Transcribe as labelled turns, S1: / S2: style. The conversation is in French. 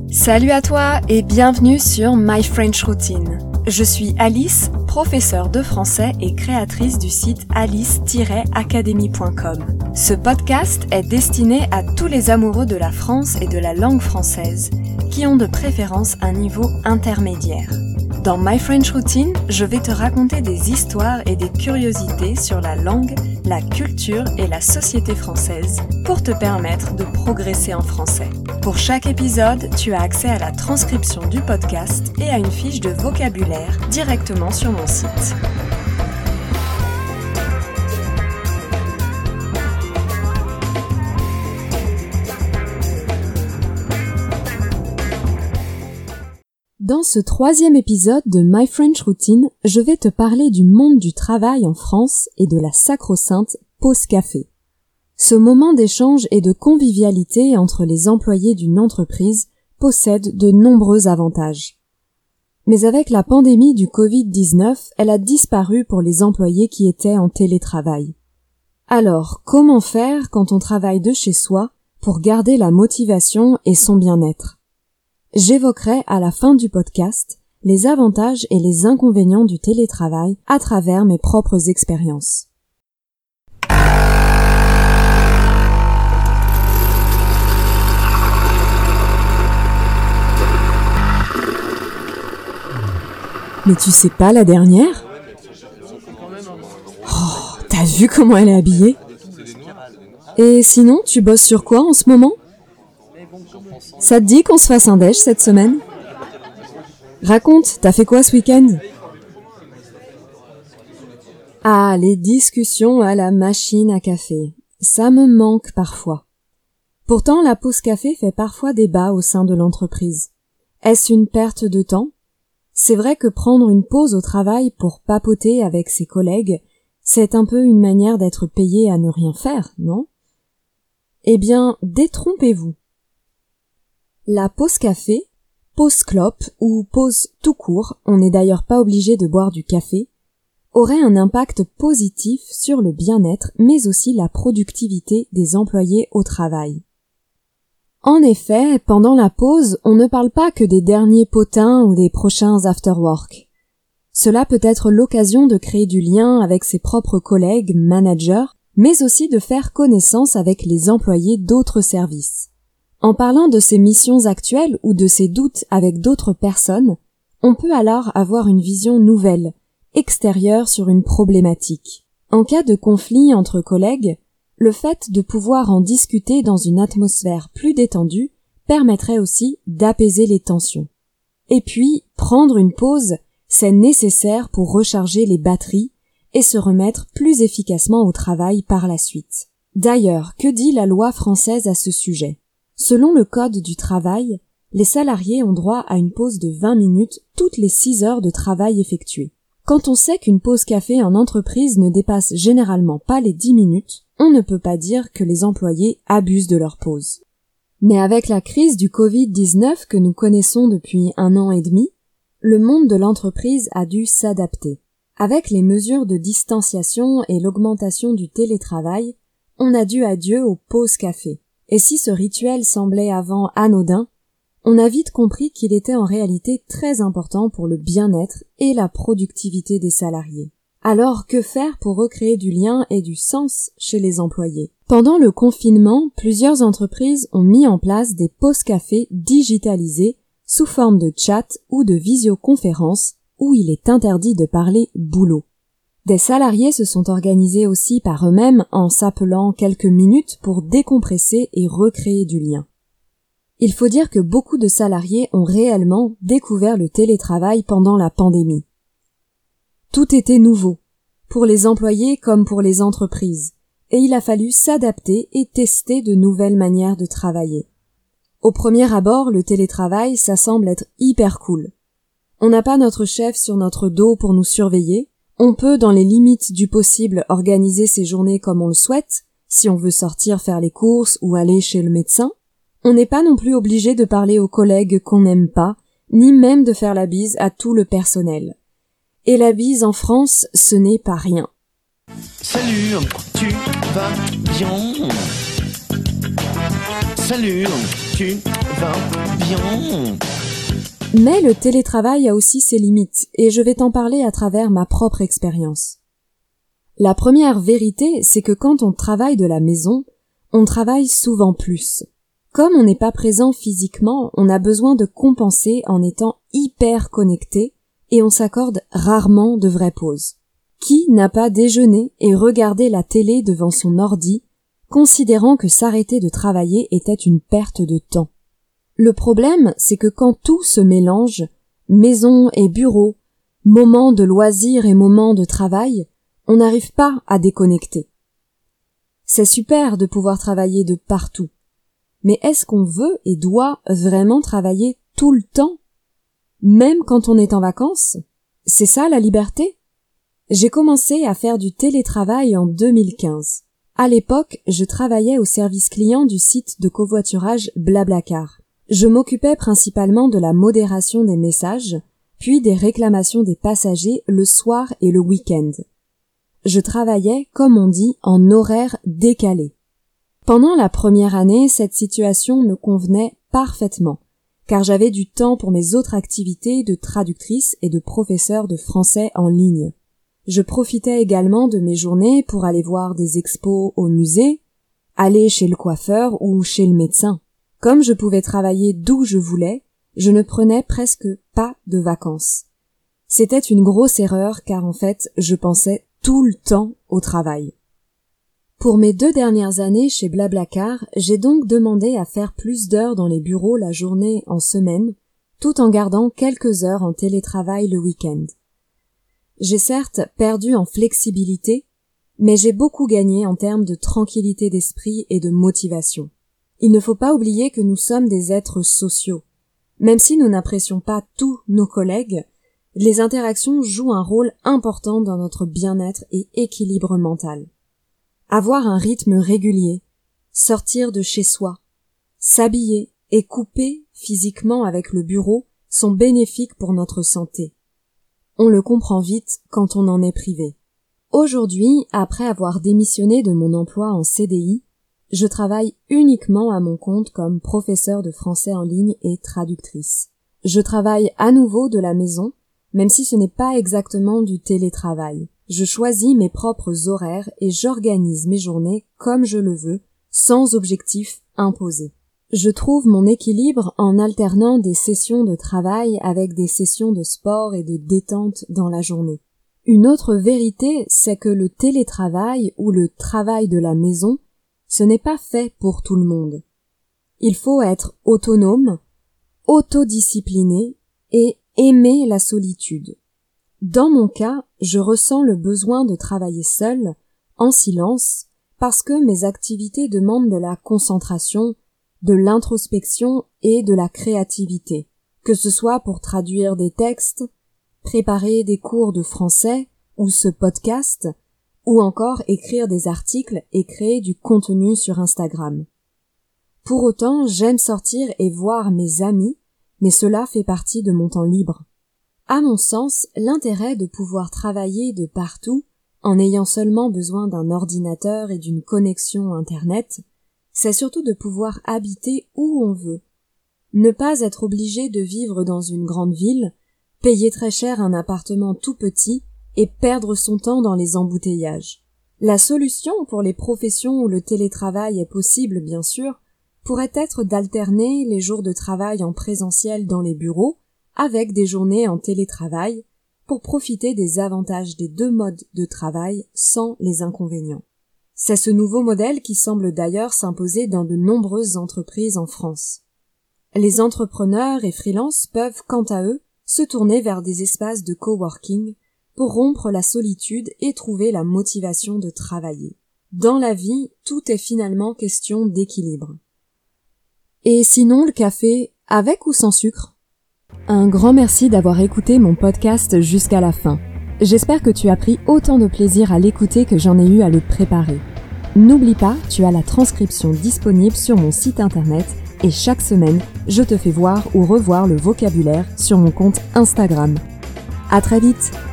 S1: Salut à toi et bienvenue sur My French Routine. Je suis Alice, professeure de français et créatrice du site alice-academy.com. Ce podcast est destiné à tous les amoureux de la France et de la langue française qui ont de préférence un niveau intermédiaire. Dans My French Routine, je vais te raconter des histoires et des curiosités sur la langue, la culture et la société française pour te permettre de progresser en français. Pour chaque épisode, tu as accès à la transcription du podcast et à une fiche de vocabulaire directement sur mon site. Dans ce troisième épisode de My French Routine, je vais te parler du monde du travail en France et de la sacro-sainte pause café. Ce moment d'échange et de convivialité entre les employés d'une entreprise possède de nombreux avantages. Mais avec la pandémie du Covid-19, elle a disparu pour les employés qui étaient en télétravail. Alors, comment faire quand on travaille de chez soi pour garder la motivation et son bien-être ? J'évoquerai à la fin du podcast les avantages et les inconvénients du télétravail à travers mes propres expériences. Mais tu sais pas la dernière ? Oh, t'as vu comment elle est habillée ? Et sinon, tu bosses sur quoi en ce moment ? Ça te dit qu'on se fasse un déj cette semaine ? Raconte, t'as fait quoi ce week-end ? Ah, les discussions à la machine à café. Ça me manque parfois. Pourtant, la pause café fait parfois débat au sein de l'entreprise. Est-ce une perte de temps ? C'est vrai que prendre une pause au travail pour papoter avec ses collègues, c'est un peu une manière d'être payé à ne rien faire, non ? Eh bien, détrompez-vous. La pause café, pause clope ou pause tout court, on n'est d'ailleurs pas obligé de boire du café, aurait un impact positif sur le bien-être mais aussi la productivité des employés au travail. En effet, pendant la pause, on ne parle pas que des derniers potins ou des prochains after-work. Cela peut être l'occasion de créer du lien avec ses propres collègues, managers, mais aussi de faire connaissance avec les employés d'autres services. En parlant de ses missions actuelles ou de ses doutes avec d'autres personnes, on peut alors avoir une vision nouvelle, extérieure sur une problématique. En cas de conflit entre collègues, le fait de pouvoir en discuter dans une atmosphère plus détendue permettrait aussi d'apaiser les tensions. Et puis, prendre une pause, c'est nécessaire pour recharger les batteries et se remettre plus efficacement au travail par la suite. D'ailleurs, que dit la loi française à ce sujet ? Selon le Code du travail, les salariés ont droit à une pause de 20 minutes toutes les 6 heures de travail effectuées. Quand on sait qu'une pause café en entreprise ne dépasse généralement pas les 10 minutes, on ne peut pas dire que les employés abusent de leur pause. Mais avec la crise du Covid-19 que nous connaissons depuis 1 an et demi, le monde de l'entreprise a dû s'adapter. Avec les mesures de distanciation et l'augmentation du télétravail, on a dit adieu aux pauses café. Et si ce rituel semblait avant anodin, on a vite compris qu'il était en réalité très important pour le bien-être et la productivité des salariés. Alors, que faire pour recréer du lien et du sens chez les employés ? Pendant le confinement, plusieurs entreprises ont mis en place des pauses café digitalisées sous forme de chat ou de visioconférence où il est interdit de parler boulot. Des salariés se sont organisés aussi par eux-mêmes en s'appelant quelques minutes pour décompresser et recréer du lien. Il faut dire que beaucoup de salariés ont réellement découvert le télétravail pendant la pandémie. Tout était nouveau, pour les employés comme pour les entreprises, et il a fallu s'adapter et tester de nouvelles manières de travailler. Au premier abord, le télétravail, ça semble être hyper cool. On n'a pas notre chef sur notre dos pour nous surveiller. On peut, dans les limites du possible, organiser ses journées comme on le souhaite, si on veut sortir faire les courses ou aller chez le médecin. On n'est pas non plus obligé de parler aux collègues qu'on n'aime pas, ni même de faire la bise à tout le personnel. Et la bise en France, ce n'est pas rien.
S2: Salut, tu vas bien ? Salut, tu va bien.
S1: Mais le télétravail a aussi ses limites, et je vais t'en parler à travers ma propre expérience. La première vérité, c'est que quand on travaille de la maison, on travaille souvent plus. Comme on n'est pas présent physiquement, on a besoin de compenser en étant hyper connecté, et on s'accorde rarement de vraies pauses. Qui n'a pas déjeuné et regardé la télé devant son ordi, considérant que s'arrêter de travailler était une perte de temps? Le problème, c'est que quand tout se mélange, maison et bureau, moments de loisirs et moments de travail, on n'arrive pas à déconnecter. C'est super de pouvoir travailler de partout. Mais est-ce qu'on veut et doit vraiment travailler tout le temps? Même quand on est en vacances? C'est ça la liberté? J'ai commencé à faire du télétravail en 2015. À l'époque, je travaillais au service client du site de covoiturage Blablacar. Je m'occupais principalement de la modération des messages, puis des réclamations des passagers le soir et le week-end. Je travaillais, comme on dit, en horaire décalé. Pendant la première année, cette situation me convenait parfaitement, car j'avais du temps pour mes autres activités de traductrice et de professeur de français en ligne. Je profitais également de mes journées pour aller voir des expos au musée, aller chez le coiffeur ou chez le médecin. Comme je pouvais travailler d'où je voulais, je ne prenais presque pas de vacances. C'était une grosse erreur car en fait, je pensais tout le temps au travail. Pour mes 2 dernières années chez Blablacar, j'ai donc demandé à faire plus d'heures dans les bureaux la journée en semaine, tout en gardant quelques heures en télétravail le week-end. J'ai certes perdu en flexibilité, mais j'ai beaucoup gagné en termes de tranquillité d'esprit et de motivation. Il ne faut pas oublier que nous sommes des êtres sociaux. Même si nous n'apprécions pas tous nos collègues, les interactions jouent un rôle important dans notre bien-être et équilibre mental. Avoir un rythme régulier, sortir de chez soi, s'habiller et couper physiquement avec le bureau sont bénéfiques pour notre santé. On le comprend vite quand on en est privé. Aujourd'hui, après avoir démissionné de mon emploi en CDI, je travaille uniquement à mon compte comme professeur de français en ligne et traductrice. Je travaille à nouveau de la maison, même si ce n'est pas exactement du télétravail. Je choisis mes propres horaires et j'organise mes journées comme je le veux, sans objectif imposé. Je trouve mon équilibre en alternant des sessions de travail avec des sessions de sport et de détente dans la journée. Une autre vérité, c'est que le télétravail ou le travail de la maison, ce n'est pas fait pour tout le monde. Il faut être autonome, autodiscipliné et aimer la solitude. Dans mon cas, je ressens le besoin de travailler seul, en silence, parce que mes activités demandent de la concentration, de l'introspection et de la créativité, que ce soit pour traduire des textes, préparer des cours de français ou ce podcast, ou encore écrire des articles et créer du contenu sur Instagram. Pour autant, j'aime sortir et voir mes amis, mais cela fait partie de mon temps libre. À mon sens, l'intérêt de pouvoir travailler de partout, en ayant seulement besoin d'un ordinateur et d'une connexion Internet, c'est surtout de pouvoir habiter où on veut. Ne pas être obligé de vivre dans une grande ville, payer très cher un appartement tout petit et perdre son temps dans les embouteillages. La solution pour les professions où le télétravail est possible, bien sûr, pourrait être d'alterner les jours de travail en présentiel dans les bureaux avec des journées en télétravail pour profiter des avantages des 2 modes de travail sans les inconvénients. C'est ce nouveau modèle qui semble d'ailleurs s'imposer dans de nombreuses entreprises en France. Les entrepreneurs et freelances peuvent, quant à eux, se tourner vers des espaces de coworking pour rompre la solitude et trouver la motivation de travailler. Dans la vie, tout est finalement question d'équilibre. Et sinon, le café, avec ou sans sucre? Un grand merci d'avoir écouté mon podcast jusqu'à la fin. J'espère que tu as pris autant de plaisir à l'écouter que j'en ai eu à le préparer. N'oublie pas, tu as la transcription disponible sur mon site internet et chaque semaine, je te fais voir ou revoir le vocabulaire sur mon compte Instagram. À très vite!